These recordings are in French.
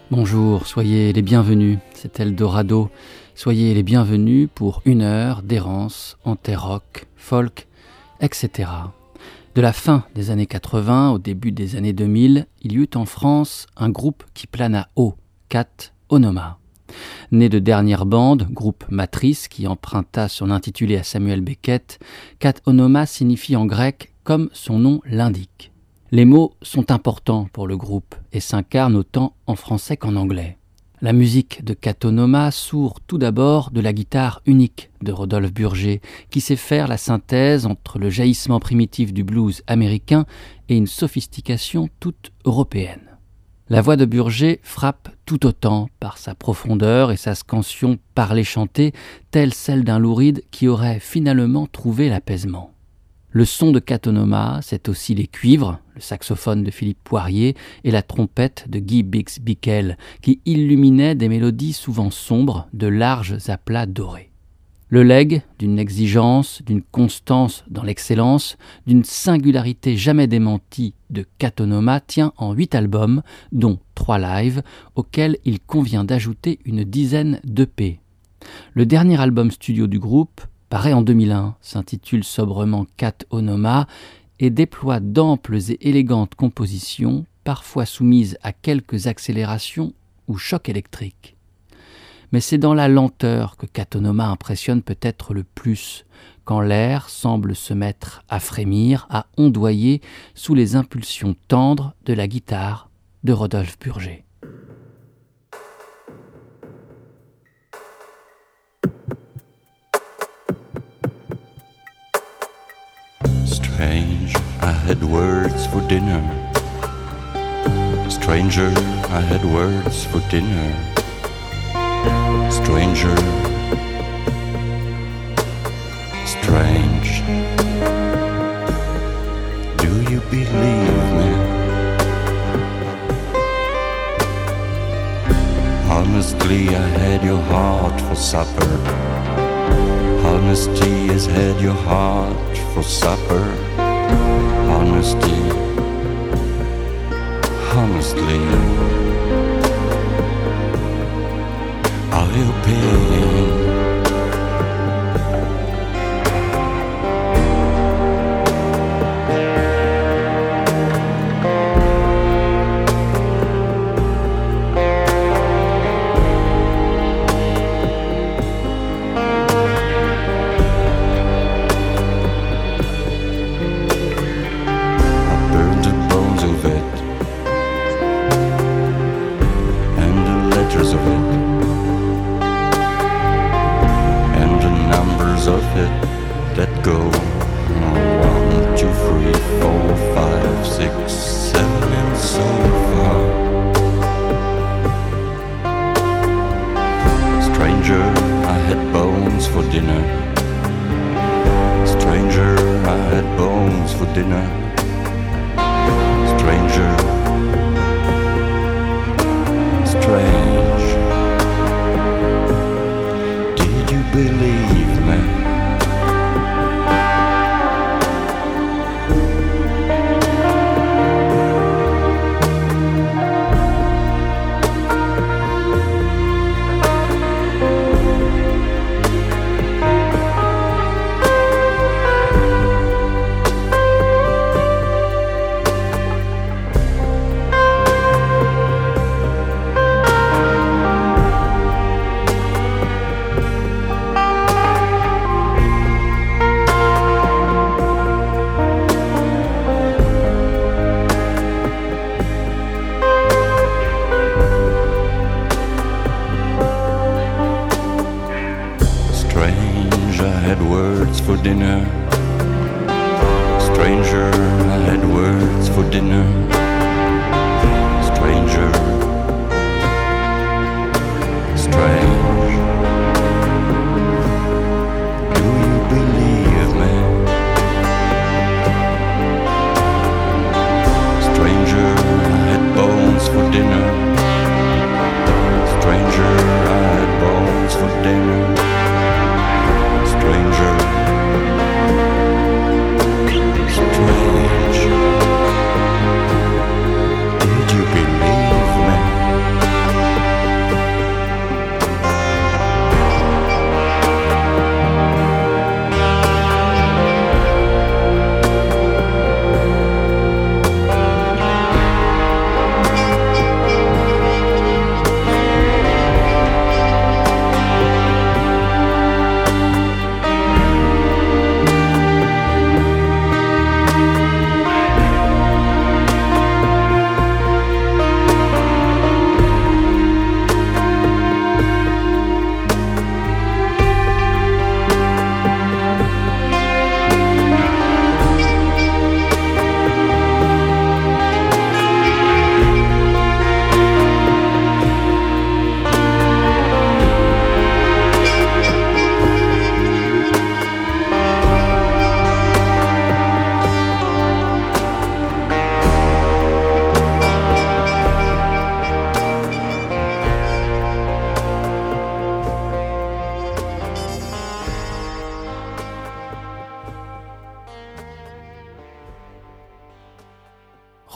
Bonjour, soyez les bienvenus, c'est Eldorado. Soyez les bienvenus pour 1 heure d'errance en terre rock, folk, etc. De la fin des années 80 au début des années 2000, il y eut en France un groupe qui plana haut, Cat Onoma. Né de dernière bande, groupe matrice qui emprunta son intitulé à Samuel Beckett, Cat Onoma signifie en grec comme son nom l'indique. Les mots sont importants pour le groupe et s'incarnent autant en français qu'en anglais. La musique de Cat Onoma sourd tout d'abord de la guitare unique de Rodolphe Burger, qui sait faire la synthèse entre le jaillissement primitif du blues américain et une sophistication toute européenne. La voix de Burger frappe tout autant par sa profondeur et sa scansion parlée-chantée, telle celle d'un Louride qui aurait finalement trouvé l'apaisement. Le son de Cat Onoma, c'est aussi les cuivres, le saxophone de Philippe Poirier et la trompette de Guy Bix-Bickel, qui illuminaient des mélodies souvent sombres, de larges aplats dorés. Le legs d'une exigence, d'une constance dans l'excellence, d'une singularité jamais démentie de Cat Onoma tient en 8 albums, dont 3 lives, auxquels il convient d'ajouter une dizaine d'EP. Le dernier album studio du groupe, paraît en 2001, s'intitule sobrement Cat Onoma et déploie d'amples et élégantes compositions, parfois soumises à quelques accélérations ou chocs électriques. Mais c'est dans la lenteur que Cat Onoma impressionne peut-être le plus, quand l'air semble se mettre à frémir, à ondoyer sous les impulsions tendres de la guitare de Rodolphe Burger. Strange, I had words for dinner. Stranger, I had words for dinner. Stranger, strange. Do you believe me? Honestly, I had your heart for supper. Honesty has had your heart for supper. Honesty, honestly, are you paying?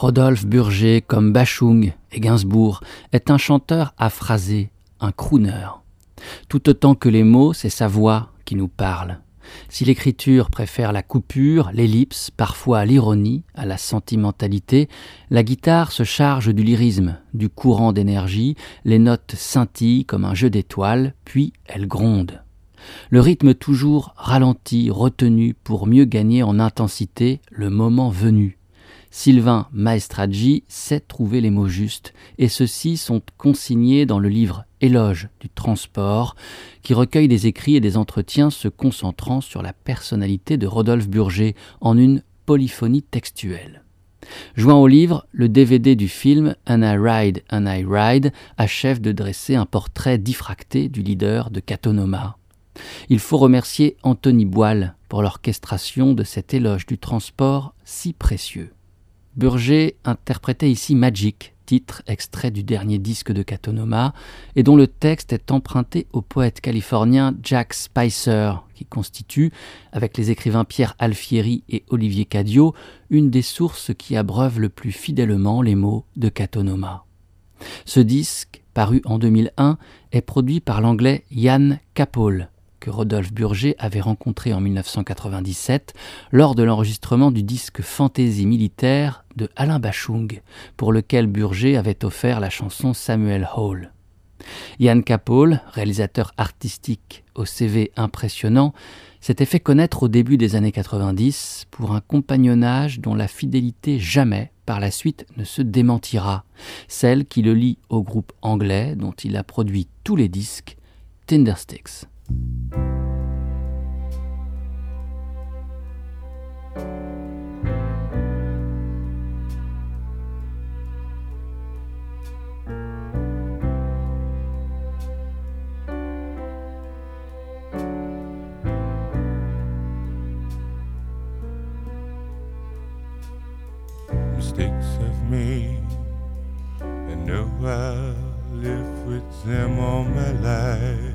Rodolphe Burger, comme Bashung et Gainsbourg, est un chanteur aphrasé, un crooner. Tout autant que les mots, c'est sa voix qui nous parle. Si l'écriture préfère la coupure, l'ellipse, parfois l'ironie, à la sentimentalité, la guitare se charge du lyrisme, du courant d'énergie, les notes scintillent comme un jeu d'étoiles, puis elles grondent. Le rythme toujours ralenti, retenu pour mieux gagner en intensité le moment venu. Sylvain Maestraggi sait trouver les mots justes, et ceux-ci sont consignés dans le livre Éloge du transport, qui recueille des écrits et des entretiens se concentrant sur la personnalité de Rodolphe Burger en une polyphonie textuelle. Joint au livre, le DVD du film And I Ride achève de dresser un portrait diffracté du leader de Katonoma. Il faut remercier Anthony Boile pour l'orchestration de cet éloge du transport si précieux. Burger interprétait ici Magic, titre extrait du dernier disque de Katonoma, et dont le texte est emprunté au poète californien Jack Spicer, qui constitue, avec les écrivains Pierre Alfieri et Olivier Cadio, une des sources qui abreuvent le plus fidèlement les mots de Katonoma. Ce disque, paru en 2001, est produit par l'anglais Ian Capole, que Rodolphe Burger avait rencontré en 1997 lors de l'enregistrement du disque Fantaisie militaire de Alain Bashung, pour lequel Burger avait offert la chanson Samuel Hall. Ian Capole, réalisateur artistique au CV impressionnant, s'était fait connaître au début des années 90 pour un compagnonnage dont la fidélité jamais, par la suite, ne se démentira, celle qui le lie au groupe anglais dont il a produit tous les disques, Tindersticks. Mistakes I've made, and know I'll live with them all my life.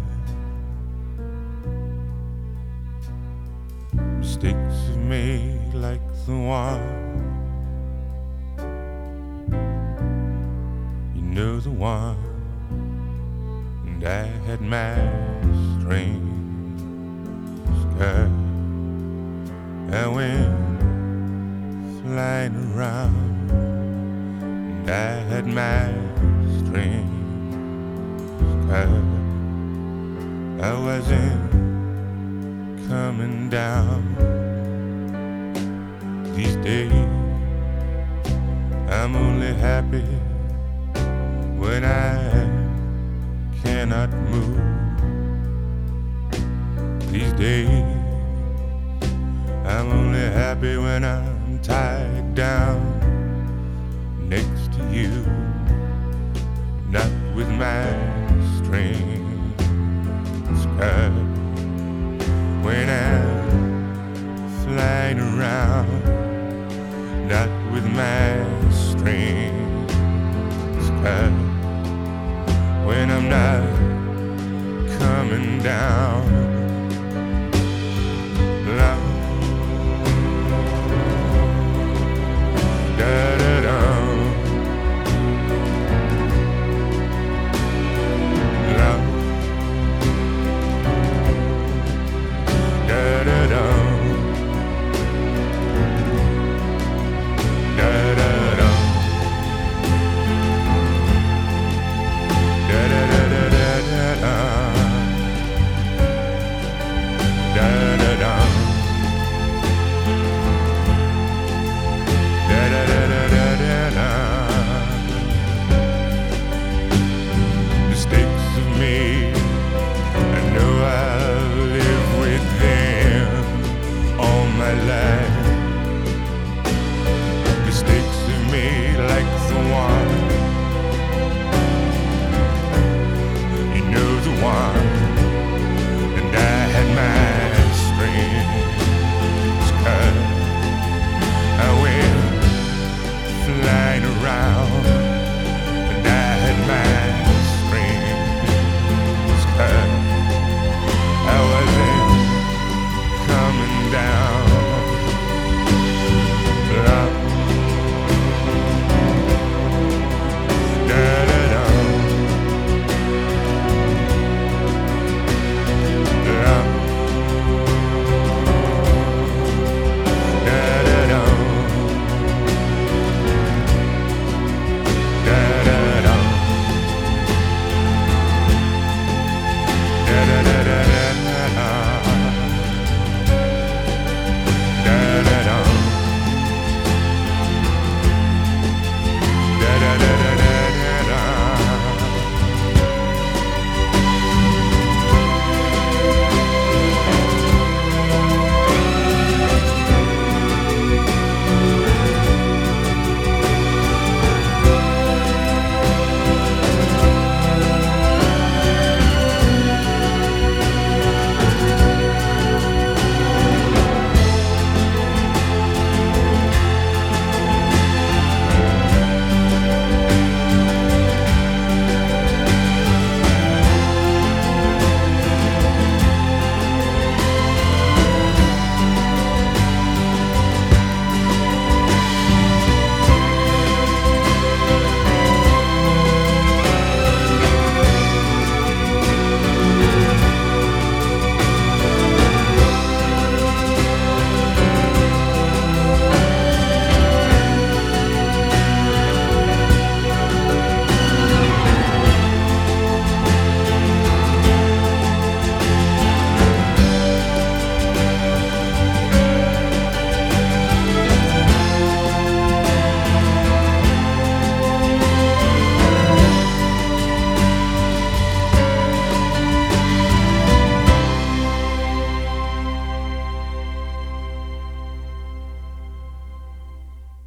Mistakes I've made like the one, you know the one, and I had my strange sky. I went flying around, and I had my strange sky. I wasn't coming down. These days I'm only happy when I cannot move. These days I'm only happy when I'm tied down next to you, not with my strange sky. When I'm flying around, not with my strange sky. When I'm not coming down, love. Da da da, love. Da da da, da da da, da da da da da da.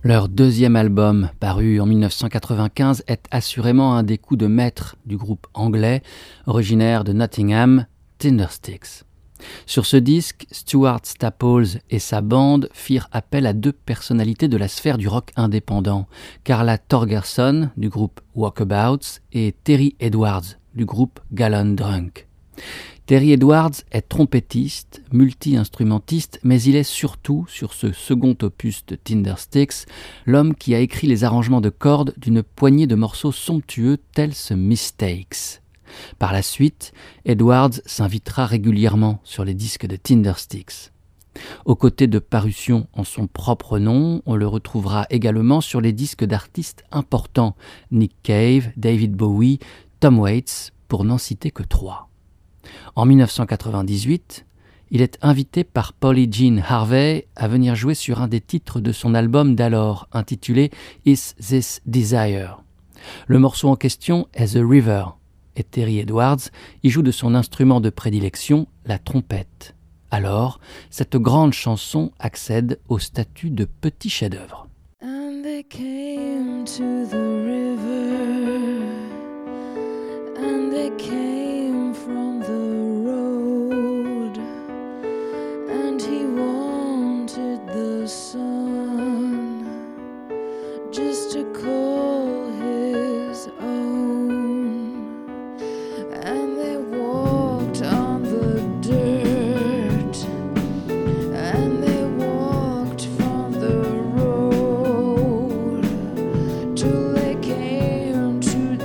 Leur deuxième album, paru en 1995, est assurément un des coups de maître du groupe anglais, originaire de Nottingham, Tindersticks. Sur ce disque, Stuart Staples et sa bande firent appel à deux personnalités de la sphère du rock indépendant, Carla Torgerson du groupe Walkabouts et Terry Edwards du groupe Gallon Drunk. Terry Edwards est trompettiste, multi-instrumentiste, mais il est surtout, sur ce second opus de Tindersticks, l'homme qui a écrit les arrangements de cordes d'une poignée de morceaux somptueux tels ce Mistakes. Par la suite, Edwards s'invitera régulièrement sur les disques de Tindersticks. Aux côtés de parutions en son propre nom, on le retrouvera également sur les disques d'artistes importants, Nick Cave, David Bowie, Tom Waits, pour n'en citer que 3. En 1998, il est invité par Polly Jean Harvey à venir jouer sur un des titres de son album d'alors, intitulé Is This Desire. Le morceau en question est The River, et Terry Edwards y joue de son instrument de prédilection, la trompette. Alors, cette grande chanson accède au statut de petit chef-d'œuvre. And they came to the river, and they came from the road, and he wanted the sun just to call his own, and they walked on the dirt, and they walked from the road till they came to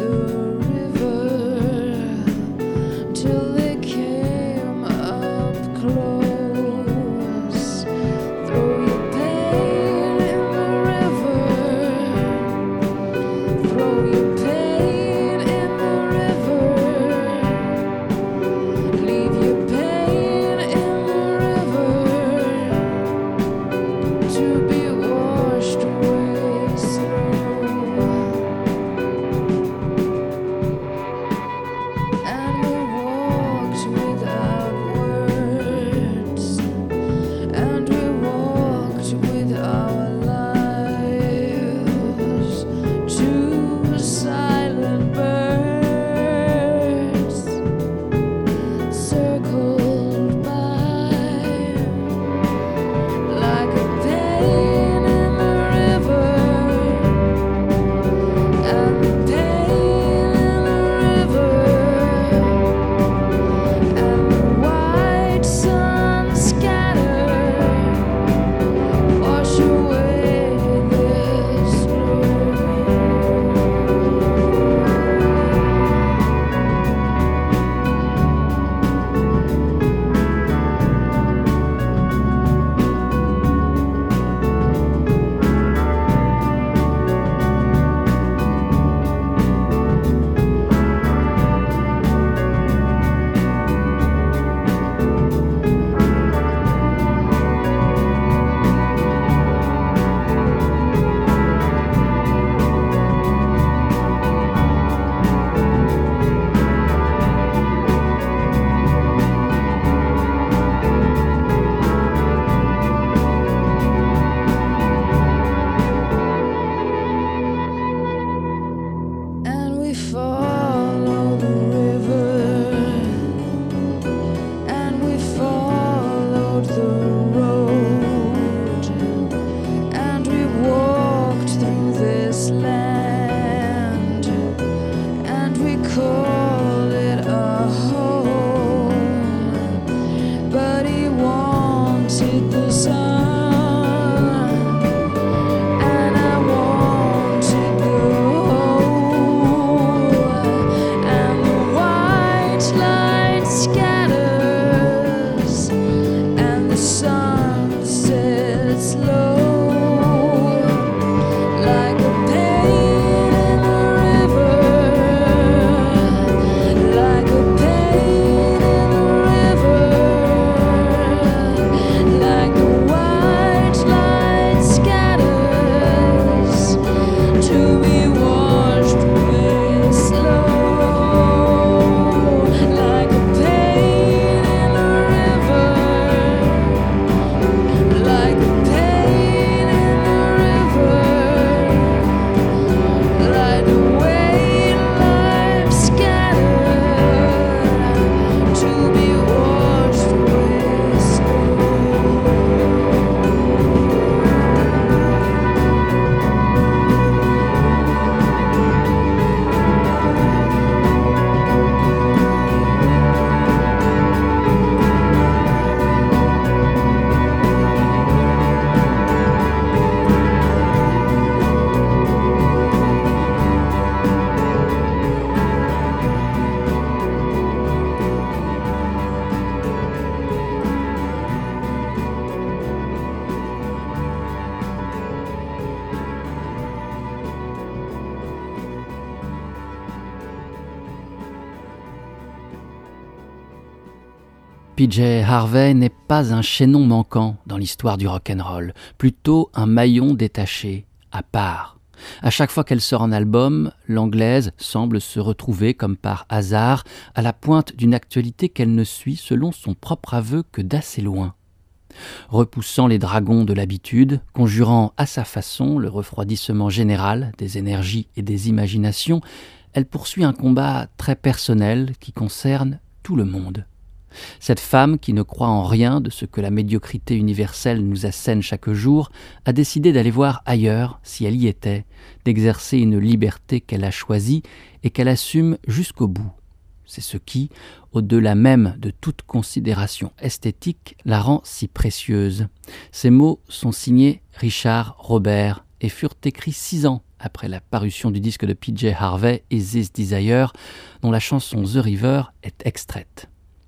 PJ Harvey n'est pas un chaînon manquant dans l'histoire du rock'n'roll, plutôt un maillon détaché, à part. À chaque fois qu'elle sort un album, l'Anglaise semble se retrouver comme par hasard à la pointe d'une actualité qu'elle ne suit selon son propre aveu que d'assez loin. Repoussant les dragons de l'habitude, conjurant à sa façon le refroidissement général des énergies et des imaginations, elle poursuit un combat très personnel qui concerne tout le monde. Cette femme, qui ne croit en rien de ce que la médiocrité universelle nous assène chaque jour, a décidé d'aller voir ailleurs, si elle y était, d'exercer une liberté qu'elle a choisie et qu'elle assume jusqu'au bout. C'est ce qui, au-delà même de toute considération esthétique, la rend si précieuse. Ces mots sont signés Richard Robert et furent écrits 6 ans après la parution du disque de PJ Harvey, Is This Desire, dont la chanson The River est extraite.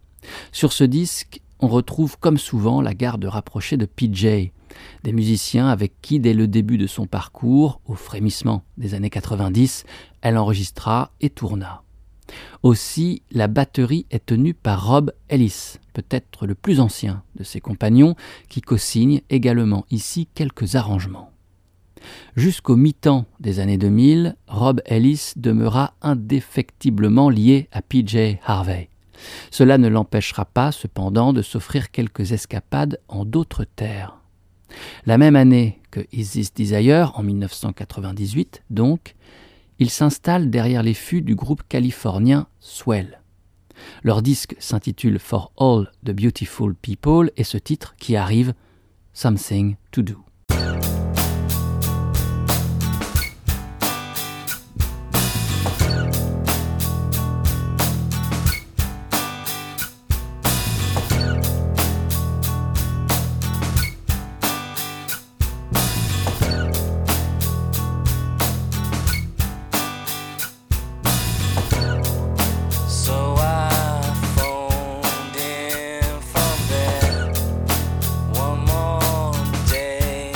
Sur ce disque, on retrouve comme souvent la garde rapprochée de PJ, des musiciens avec qui, dès le début de son parcours, au frémissement des années 90, elle enregistra et tourna. Aussi, la batterie est tenue par Rob Ellis, peut-être le plus ancien de ses compagnons, qui co-signe également ici quelques arrangements. Jusqu'au mi-temps des années 2000, Rob Ellis demeura indéfectiblement lié à PJ Harvey. Cela ne l'empêchera pas, cependant, de s'offrir quelques escapades en d'autres terres. La même année que Is This Desire, en 1998 donc, il s'installe derrière les fûts du groupe californien Swell. Leur disque s'intitule For All the Beautiful People et ce titre qui arrive, Something to Do. One more day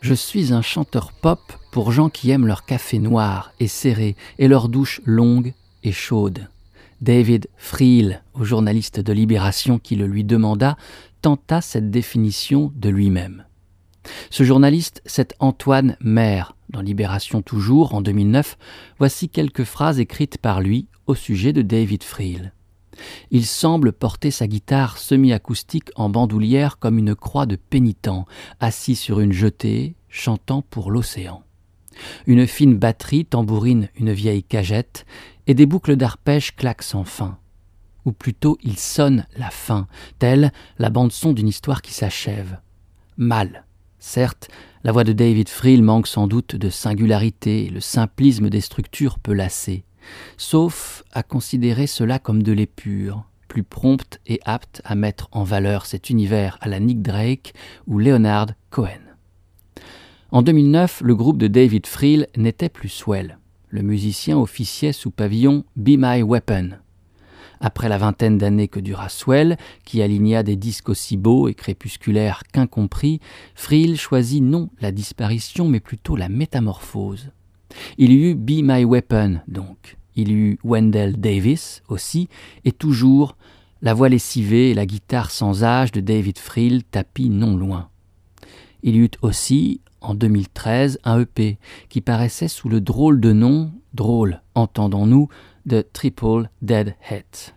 Je suis un chanteur pop pour gens qui aiment leur café noir et serré et leur douche longue et chaude. David Friel, au journaliste de Libération qui le lui demanda, tenta cette définition de lui-même. Ce journaliste, c'est Antoine Maire. Dans Libération toujours, en 2009, voici quelques phrases écrites par lui au sujet de David Friel. Il semble porter sa guitare semi-acoustique en bandoulière comme une croix de pénitent, assis sur une jetée, chantant pour l'océan. Une fine batterie tambourine une vieille cagette et des boucles d'arpège claquent sans fin. Ou plutôt, il sonne la fin, telle la bande-son d'une histoire qui s'achève. Mal. Certes, la voix de David Friel manque sans doute de singularité et le simplisme des structures peut lasser, sauf à considérer cela comme de l'épure, plus prompte et apte à mettre en valeur cet univers à la Nick Drake ou Leonard Cohen. En 2009, le groupe de David Friel n'était plus Swell. Le musicien officiait sous pavillon Be My Weapon. Après la vingtaine d'années que dura Swell, qui aligna des disques aussi beaux et crépusculaires qu'incompris, Friel choisit non la disparition mais plutôt la métamorphose. Il y eut Be My Weapon donc, il y eut Wendell Davis aussi, et toujours la voix lessivée et la guitare sans âge de David Friel tapis non loin. Il y eut aussi, en 2013, un EP qui paraissait sous le drôle de nom, drôle, entendons-nous, de Triple Dead Head.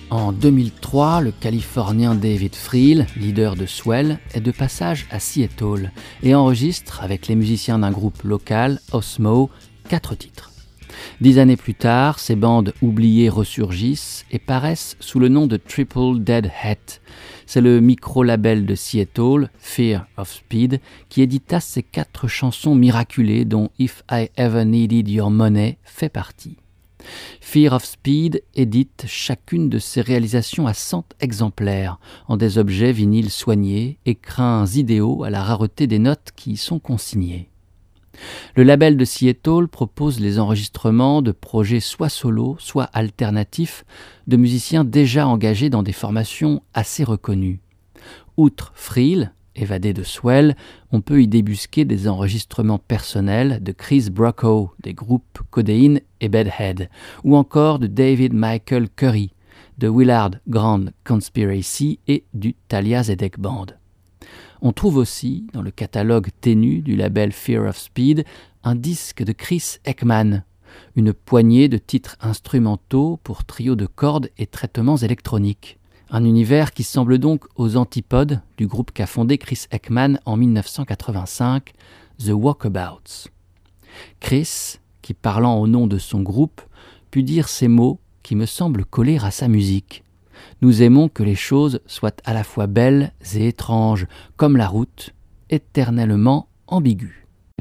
En 2003, le Californien David Friel, leader de Swell, est de passage à Seattle et enregistre avec les musiciens d'un groupe local, Osmo, 4 titres. 10 années plus tard, ces bandes oubliées ressurgissent et paraissent sous le nom de Triple Dead Hat. C'est le micro-label de Seattle, Fear of Speed, qui édita ces 4 chansons miraculées dont If I Ever Needed Your Money fait partie. Fear of Speed édite chacune de ses réalisations à 100 exemplaires, en des objets vinyles soignés, écrins idéaux à la rareté des notes qui y sont consignées. Le label de Seattle propose les enregistrements de projets soit solo, soit alternatifs, de musiciens déjà engagés dans des formations assez reconnues. Outre Friel, évadé de Swell, on peut y débusquer des enregistrements personnels de Chris Brocco, des groupes Codeine et Bedhead, ou encore de David Michael Curry, de Willard Grand Conspiracy et du Thalia Zedek Band. On trouve aussi, dans le catalogue ténu du label Fear of Speed, un disque de Chris Ekman, une poignée de titres instrumentaux pour trio de cordes et traitements électroniques. Un univers qui semble donc aux antipodes du groupe qu'a fondé Chris Ekman en 1985, The Walkabouts. Chris, qui parlant au nom de son groupe, put dire ces mots qui me semblent coller à sa musique. Nous aimons que les choses soient à la fois belles et étranges, comme la route, éternellement ambiguë.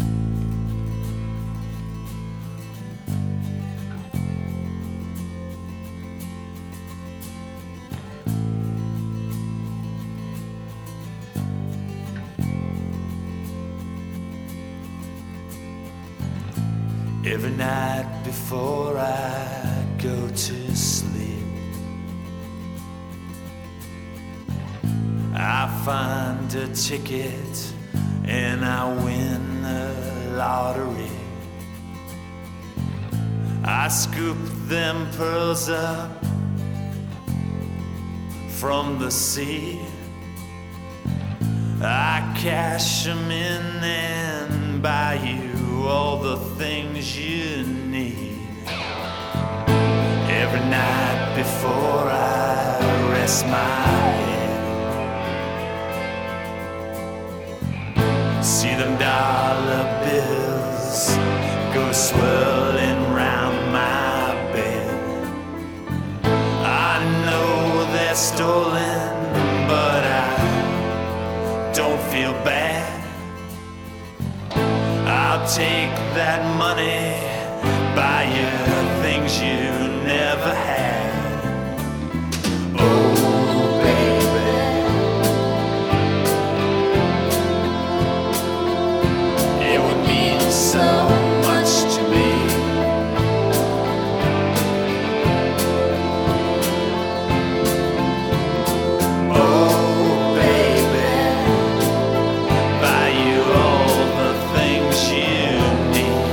Every night before I go to sleep, I find a ticket and I win the lottery. I scoop them pearls up from the sea. I cash them in and buy you all the things you need. Every night before I rest my head, see them dollar bills go swirling round my bed. I know they're stolen, but I don't feel bad. I'll take that money, buy you things you never had. Oh, baby, it would mean so much to me. Oh, baby, buy you all the things you need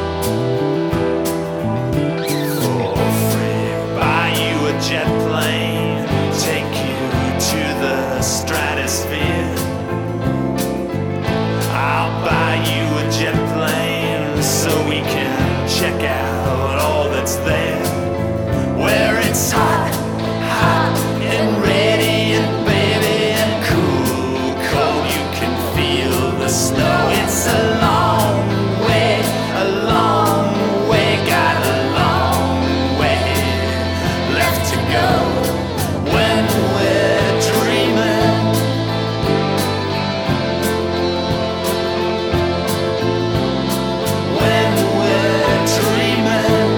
for free. Buy you a jet plane, take you to the stratosphere. I'll buy you a jet plane so we can check out all that's there. Where it's hot, hot and radiant, baby, and cool, cold. You can feel the snow. It's a long way, got a long way left to go when we're dreaming. When we're dreaming.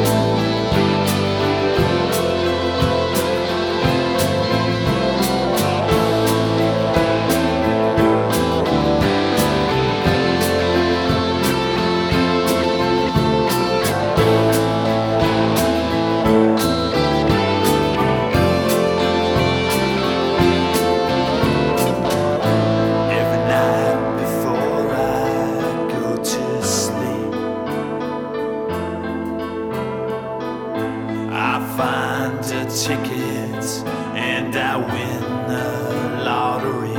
Every night before I go to sleep, I find a ticket and I win the lottery.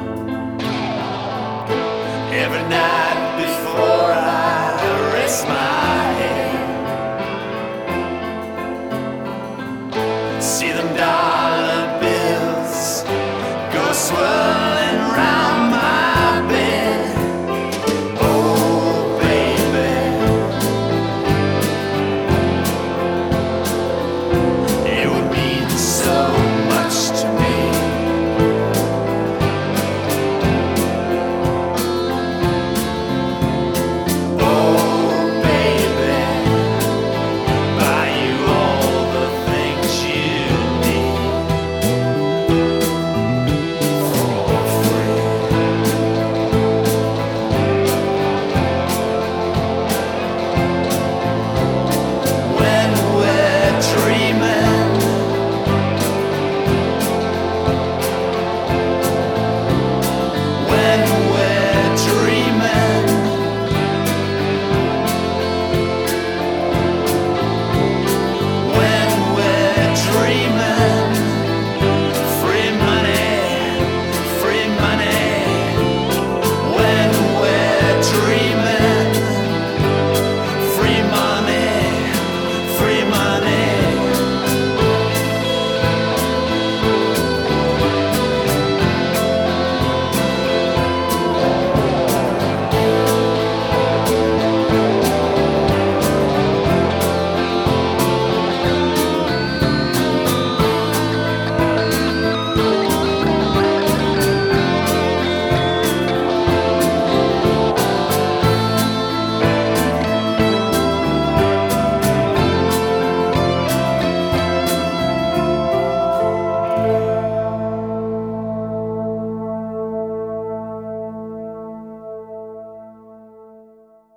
Every night before I rest my head, see them die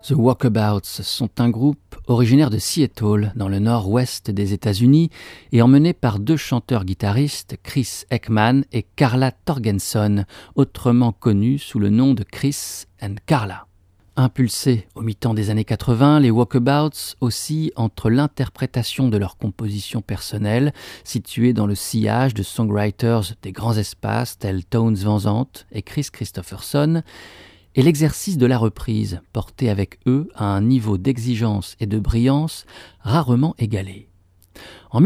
The Walkabouts sont un groupe originaire de Seattle, dans le nord-ouest des États-Unis, et emmené par deux chanteurs-guitaristes, Chris Ekman et Carla Torgenson, autrement connus sous le nom de Chris and Carla. Impulsés au mi-temps des années 80, les Walkabouts oscillent entre l'interprétation de leurs compositions personnelles, situées dans le sillage de songwriters des grands espaces tels Townes Van Zandt et Chris Christopherson, et l'exercice de la reprise, porté avec eux à un niveau d'exigence et de brillance rarement égalé. En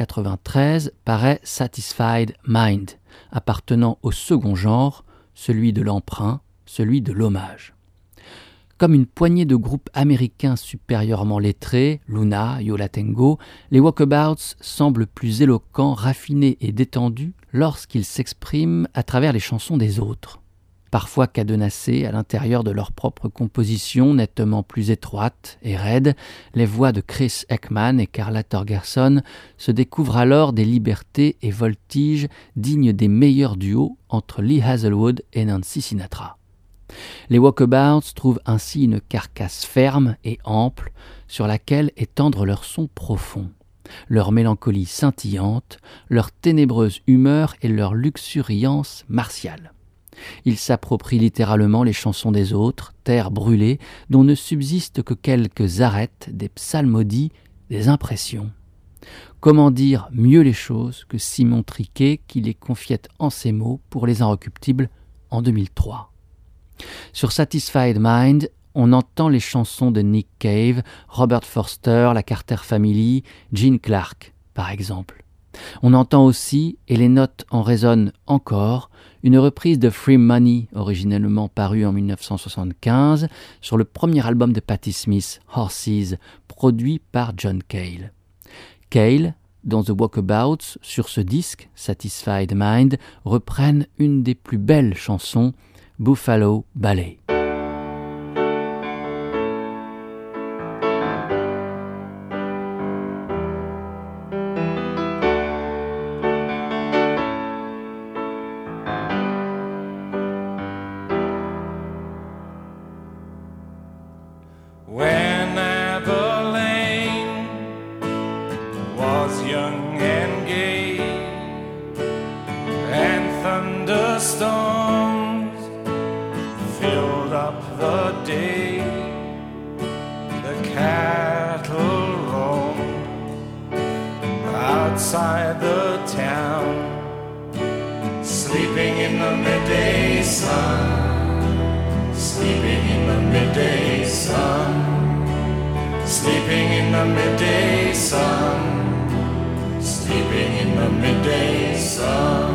1993 paraît Satisfied Mind, appartenant au second genre, celui de l'emprunt, celui de l'hommage. Comme une poignée de groupes américains supérieurement lettrés, Luna, Yo La Tengo, les Walkabouts semblent plus éloquents, raffinés et détendus lorsqu'ils s'expriment à travers les chansons des autres. Parfois cadenassés à l'intérieur de leur propre composition nettement plus étroite et raide, les voix de Chris Ekman et Carla Torgerson se découvrent alors des libertés et voltiges dignes des meilleurs duos entre Lee Hazelwood et Nancy Sinatra. Les Walkabouts trouvent ainsi une carcasse ferme et ample sur laquelle étendre leur son profond, leur mélancolie scintillante, leur ténébreuse humeur et leur luxuriance martiale. Ils s'approprient littéralement les chansons des autres, terres brûlées, dont ne subsistent que quelques arêtes, des psalmodies, des impressions. Comment dire mieux les choses que Simon Triquet qui les confiait en ces mots pour Les Inrecuptibles en 2003. Sur Satisfied Mind, on entend les chansons de Nick Cave, Robert Forster, la Carter Family, Gene Clark, par exemple. On entend aussi, et les notes en résonnent encore, une reprise de Free Money, originellement parue en 1975, sur le premier album de Patti Smith, Horses, produit par John Cale. Cale, dont The Walkabouts, sur ce disque, Satisfied Mind, reprennent une des plus belles chansons, Buffalo Ballet. When Abilene was young and gay, and thunderstorms filled up the day, the cattle roamed outside the town, sleeping in the midday sun. Sleeping in the midday sun, sleeping in the midday sun, sleeping in the midday sun.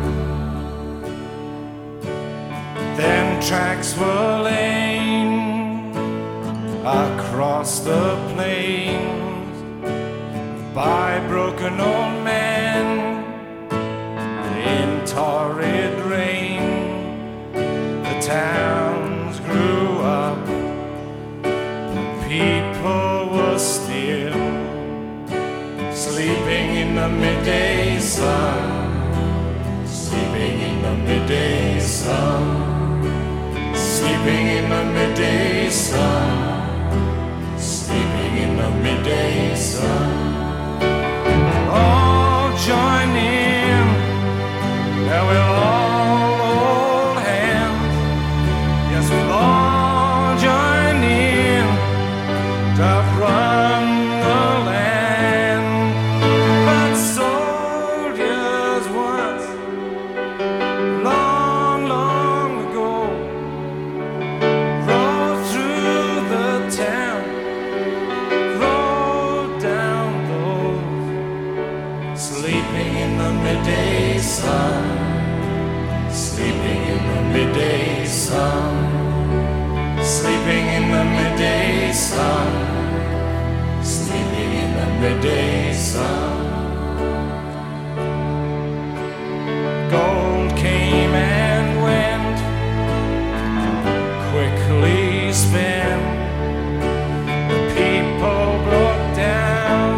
Then tracks were laid across the plains by broken old men in torrid rain. The towns grew up, people were still sleeping in the midday sun, sleeping in the midday sun, sleeping in the midday sun, sleeping in the midday sun. All join in, and we'll all hold hands. Yes, we'll all join in to run the land. But soldiers once, long, long ago, rode through the town, rode down those, sleeping in the midday sun, sleeping in the midday sun, sleeping in the midday sun, sleeping in the midday sun. Gold came and went, quickly spent. The people broke down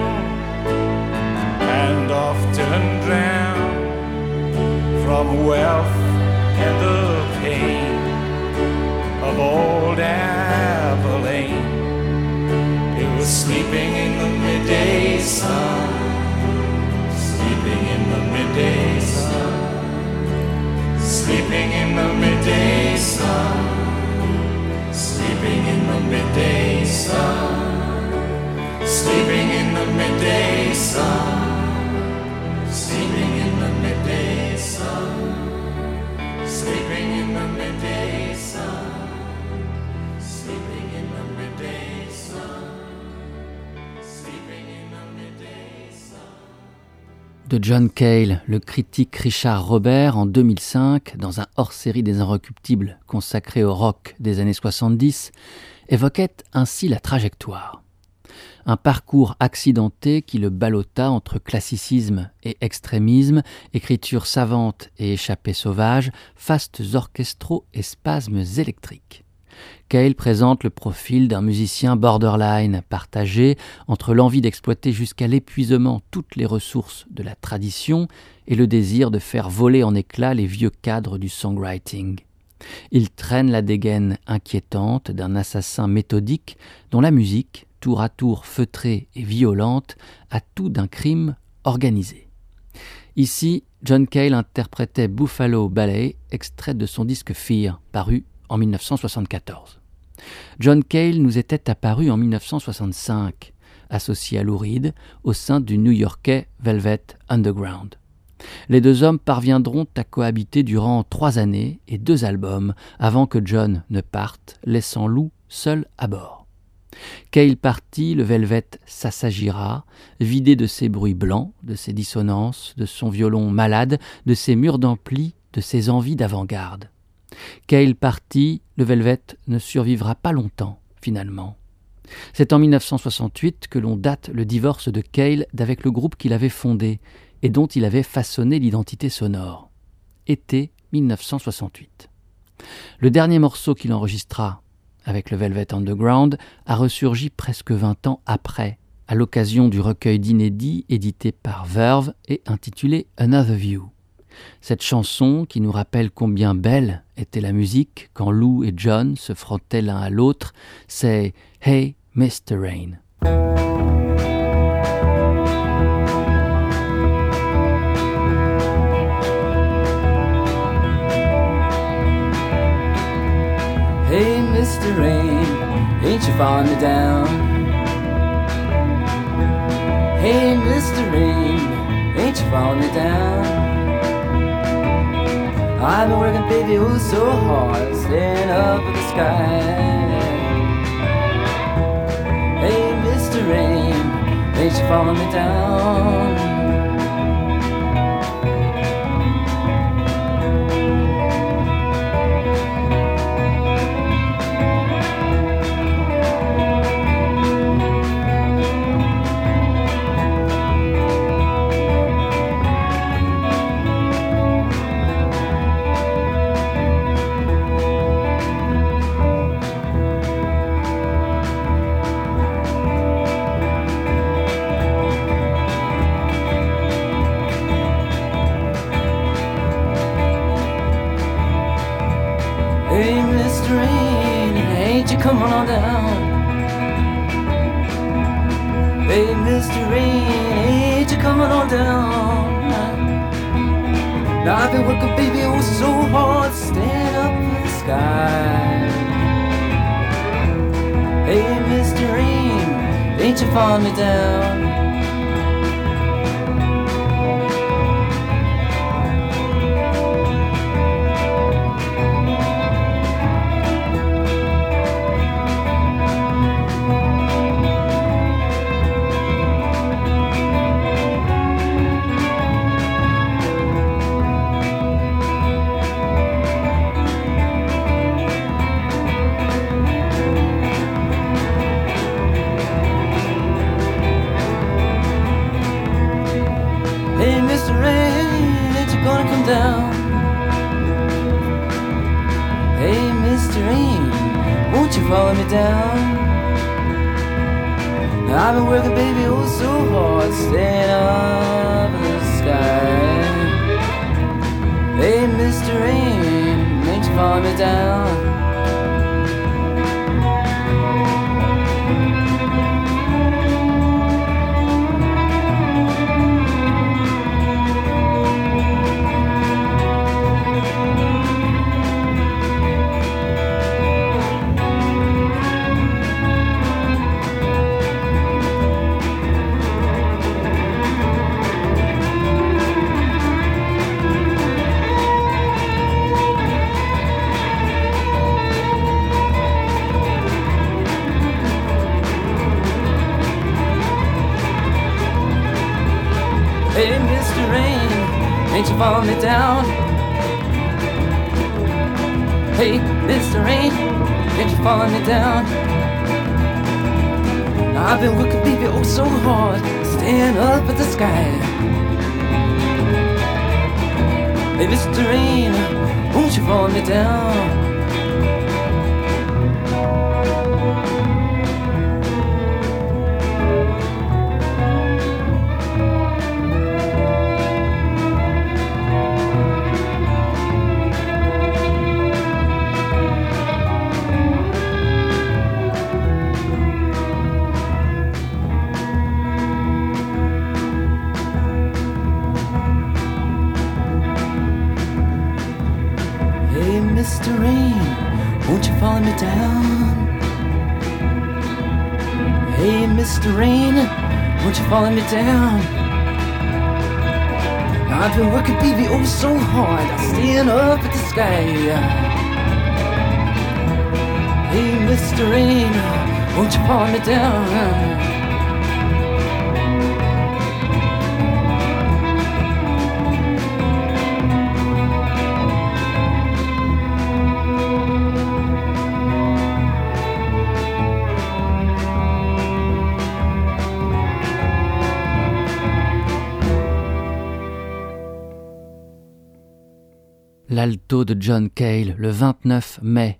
and often drowned from wealth and the pain of old Abilene. sleeping in the midday sun, sleeping in the midday sun, sleeping in the midday sun, sleeping in the midday sun, sleeping in the midday sun, sleeping in the midday sun, sleeping in the midday sun, sleeping in the midday sun, sleeping in the midday sun. De John Cale, le critique Richard Robert, en 2005, dans un hors-série des Inrecuptibles consacré au rock des années 70, évoquait ainsi la trajectoire. Un parcours accidenté qui le ballotta entre classicisme et extrémisme, écriture savante et échappée sauvage, fastes orchestraux et spasmes électriques. Cale présente le profil d'un musicien borderline, partagé entre l'envie d'exploiter jusqu'à l'épuisement toutes les ressources de la tradition et le désir de faire voler en éclats les vieux cadres du songwriting. Il traîne la dégaine inquiétante d'un assassin méthodique dont la musique, tour à tour feutrée et violente, a tout d'un crime organisé. Ici, John Cale interprétait Buffalo Ballet, extrait de son disque Fear, paru en 1974. John Cale nous était apparu en 1965, associé à Lou Reed, au sein du new-yorkais Velvet Underground. Les deux hommes parviendront à cohabiter durant 3 années et 2 albums avant que John ne parte, laissant Lou seul à bord. Cale parti, le Velvet s'assagira, vidé de ses bruits blancs, de ses dissonances, de son violon malade, de ses murs d'ampli, de ses envies d'avant-garde. Cale parti, le Velvet ne survivra pas longtemps, finalement. C'est en 1968 que l'on date le divorce de Cale d'avec le groupe qu'il avait fondé et dont il avait façonné l'identité sonore. Été 1968. Le dernier morceau qu'il enregistra avec le Velvet Underground a ressurgi presque 20 ans après, à l'occasion du recueil d'inédits édité par Verve et intitulé Another View. Cette chanson, qui nous rappelle combien belle était la musique quand Lou et John se frottaient l'un à l'autre, c'est « Hey, Mr. Rain ». Hey, Mr. Rain, ain't you falling me down? Hey, Mr. Rain, ain't you falling me down? I've been working, baby, oh so hard, staring up at the sky. Hey, Mr. Rain, ain't you falling me down? Come on down. Hey, Mr. Rain, ain't you coming on down? Now I've been working, baby, oh so hard, stand up in the sky. Hey, Mr. Rain, ain't you falling me down? Down. Hey, Mr. Rain, won't you follow me down? Now I've been working, baby, oh so hard, staying up in the sky. Hey, Mr. Rain, ain't you follow me down? Hey, Mr. Rain, ain't you falling me down? Hey, Mr. Rain, ain't you falling me down? Now I've been working, baby, oh so hard, staying up at the sky. Hey, Mr. Rain, won't you fall me down? Mr. Rain, won't you follow me down? Hey, Mr. Rain, won't you follow me down? Now I've been working, baby, oh so hard, staying up at the sky. Hey, Mr. Rain, won't you follow me down? L'alto de John Cale, le 29 mai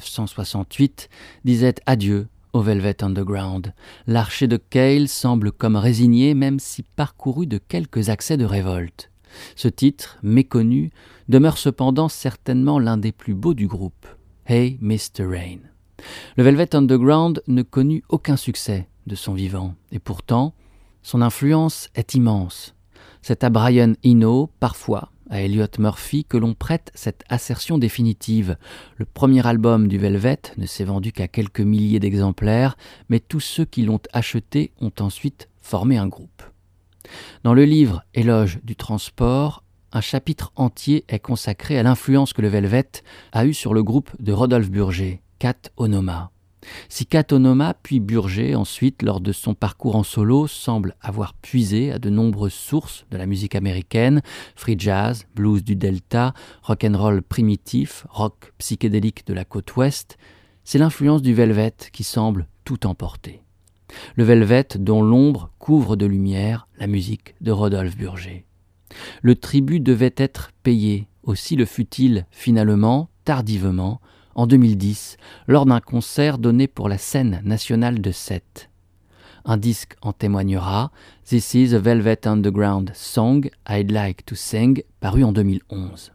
1968, disait adieu au Velvet Underground. L'archer de Cale semble comme résigné, même si parcouru de quelques accès de révolte. Ce titre, méconnu, demeure cependant certainement l'un des plus beaux du groupe. Hey, Mr. Rain. Le Velvet Underground ne connut aucun succès de son vivant, et pourtant, son influence est immense. C'est à Brian Eno, parfois, à Elliot Murphy, que l'on prête cette assertion définitive. Le premier album du Velvet ne s'est vendu qu'à quelques milliers d'exemplaires, mais tous ceux qui l'ont acheté ont ensuite formé un groupe. Dans le livre Éloge du transport, un chapitre entier est consacré à l'influence que le Velvet a eue sur le groupe de Rodolphe Burger, Cat Onoma. Si Cat Onoma puis Burger, ensuite, lors de son parcours en solo, semble avoir puisé à de nombreuses sources de la musique américaine, free jazz, blues du Delta, rock'n'roll primitif, rock psychédélique de la côte ouest, c'est l'influence du Velvet qui semble tout emporter. Le Velvet dont l'ombre couvre de lumière la musique de Rodolphe Burger. Le tribut devait être payé, aussi le fut-il finalement, tardivement, en 2010, lors d'un concert donné pour la scène nationale de Sète. Un disque en témoignera, This is a Velvet Underground Song I'd Like to Sing, paru en 2011.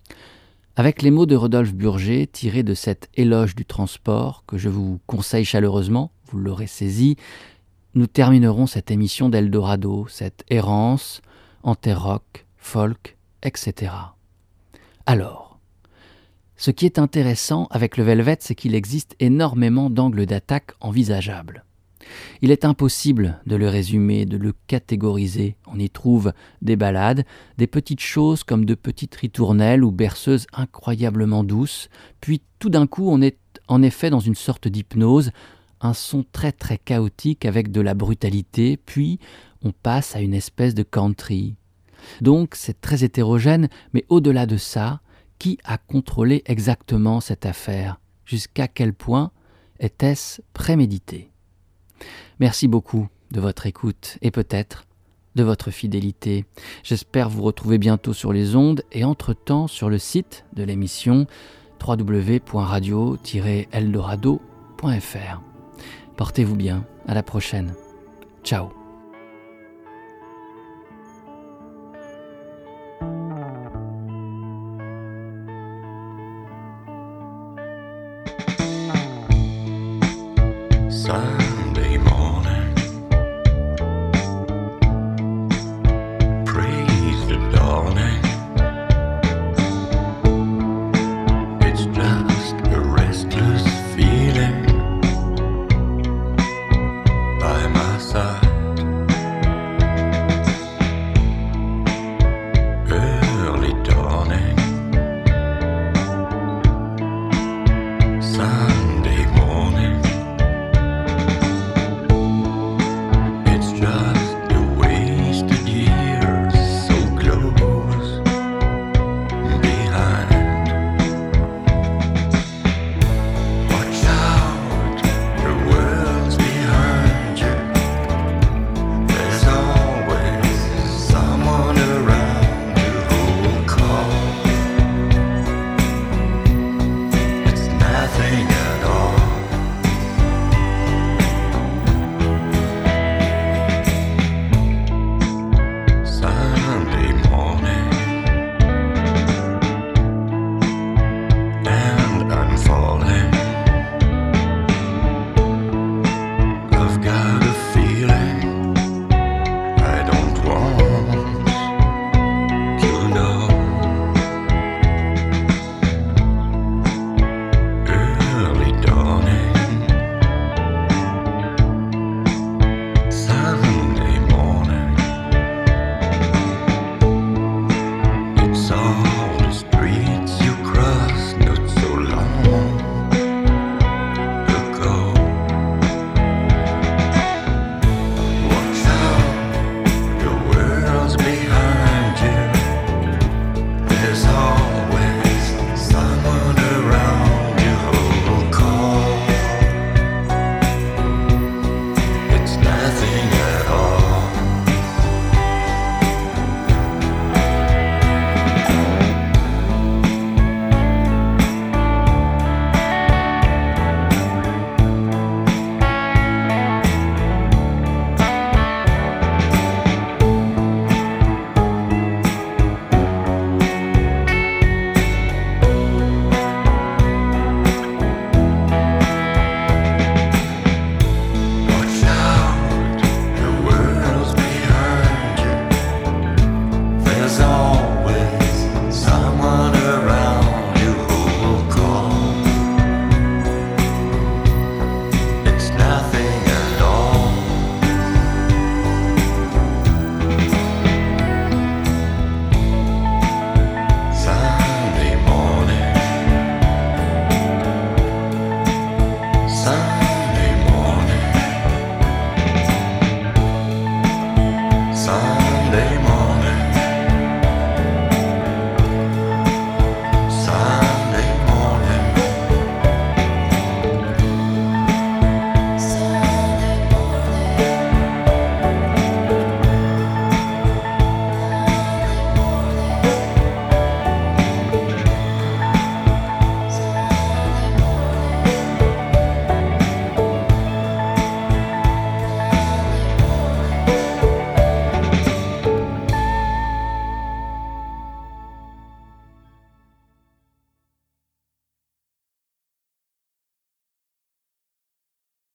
Avec les mots de Rodolphe Burger tirés de cet éloge du transport que je vous conseille chaleureusement, vous l'aurez saisi, nous terminerons cette émission d'Eldorado, cette errance, anti-rock, folk, etc. Alors, ce qui est intéressant avec le Velvet, c'est qu'il existe énormément d'angles d'attaque envisageables. Il est impossible de le résumer, de le catégoriser. On y trouve des ballades, des petites choses comme de petites ritournelles ou berceuses incroyablement douces, puis tout d'un coup on est en effet dans une sorte d'hypnose, un son très très chaotique avec de la brutalité, puis on passe à une espèce de country. Donc c'est très hétérogène, mais au-delà de ça, qui a contrôlé exactement cette affaire? Jusqu'à quel point était-ce prémédité? Merci beaucoup de votre écoute et peut-être de votre fidélité. J'espère vous retrouver bientôt sur les ondes et entre-temps sur le site de l'émission www.radio-eldorado.fr. Portez-vous bien, à la prochaine. Ciao.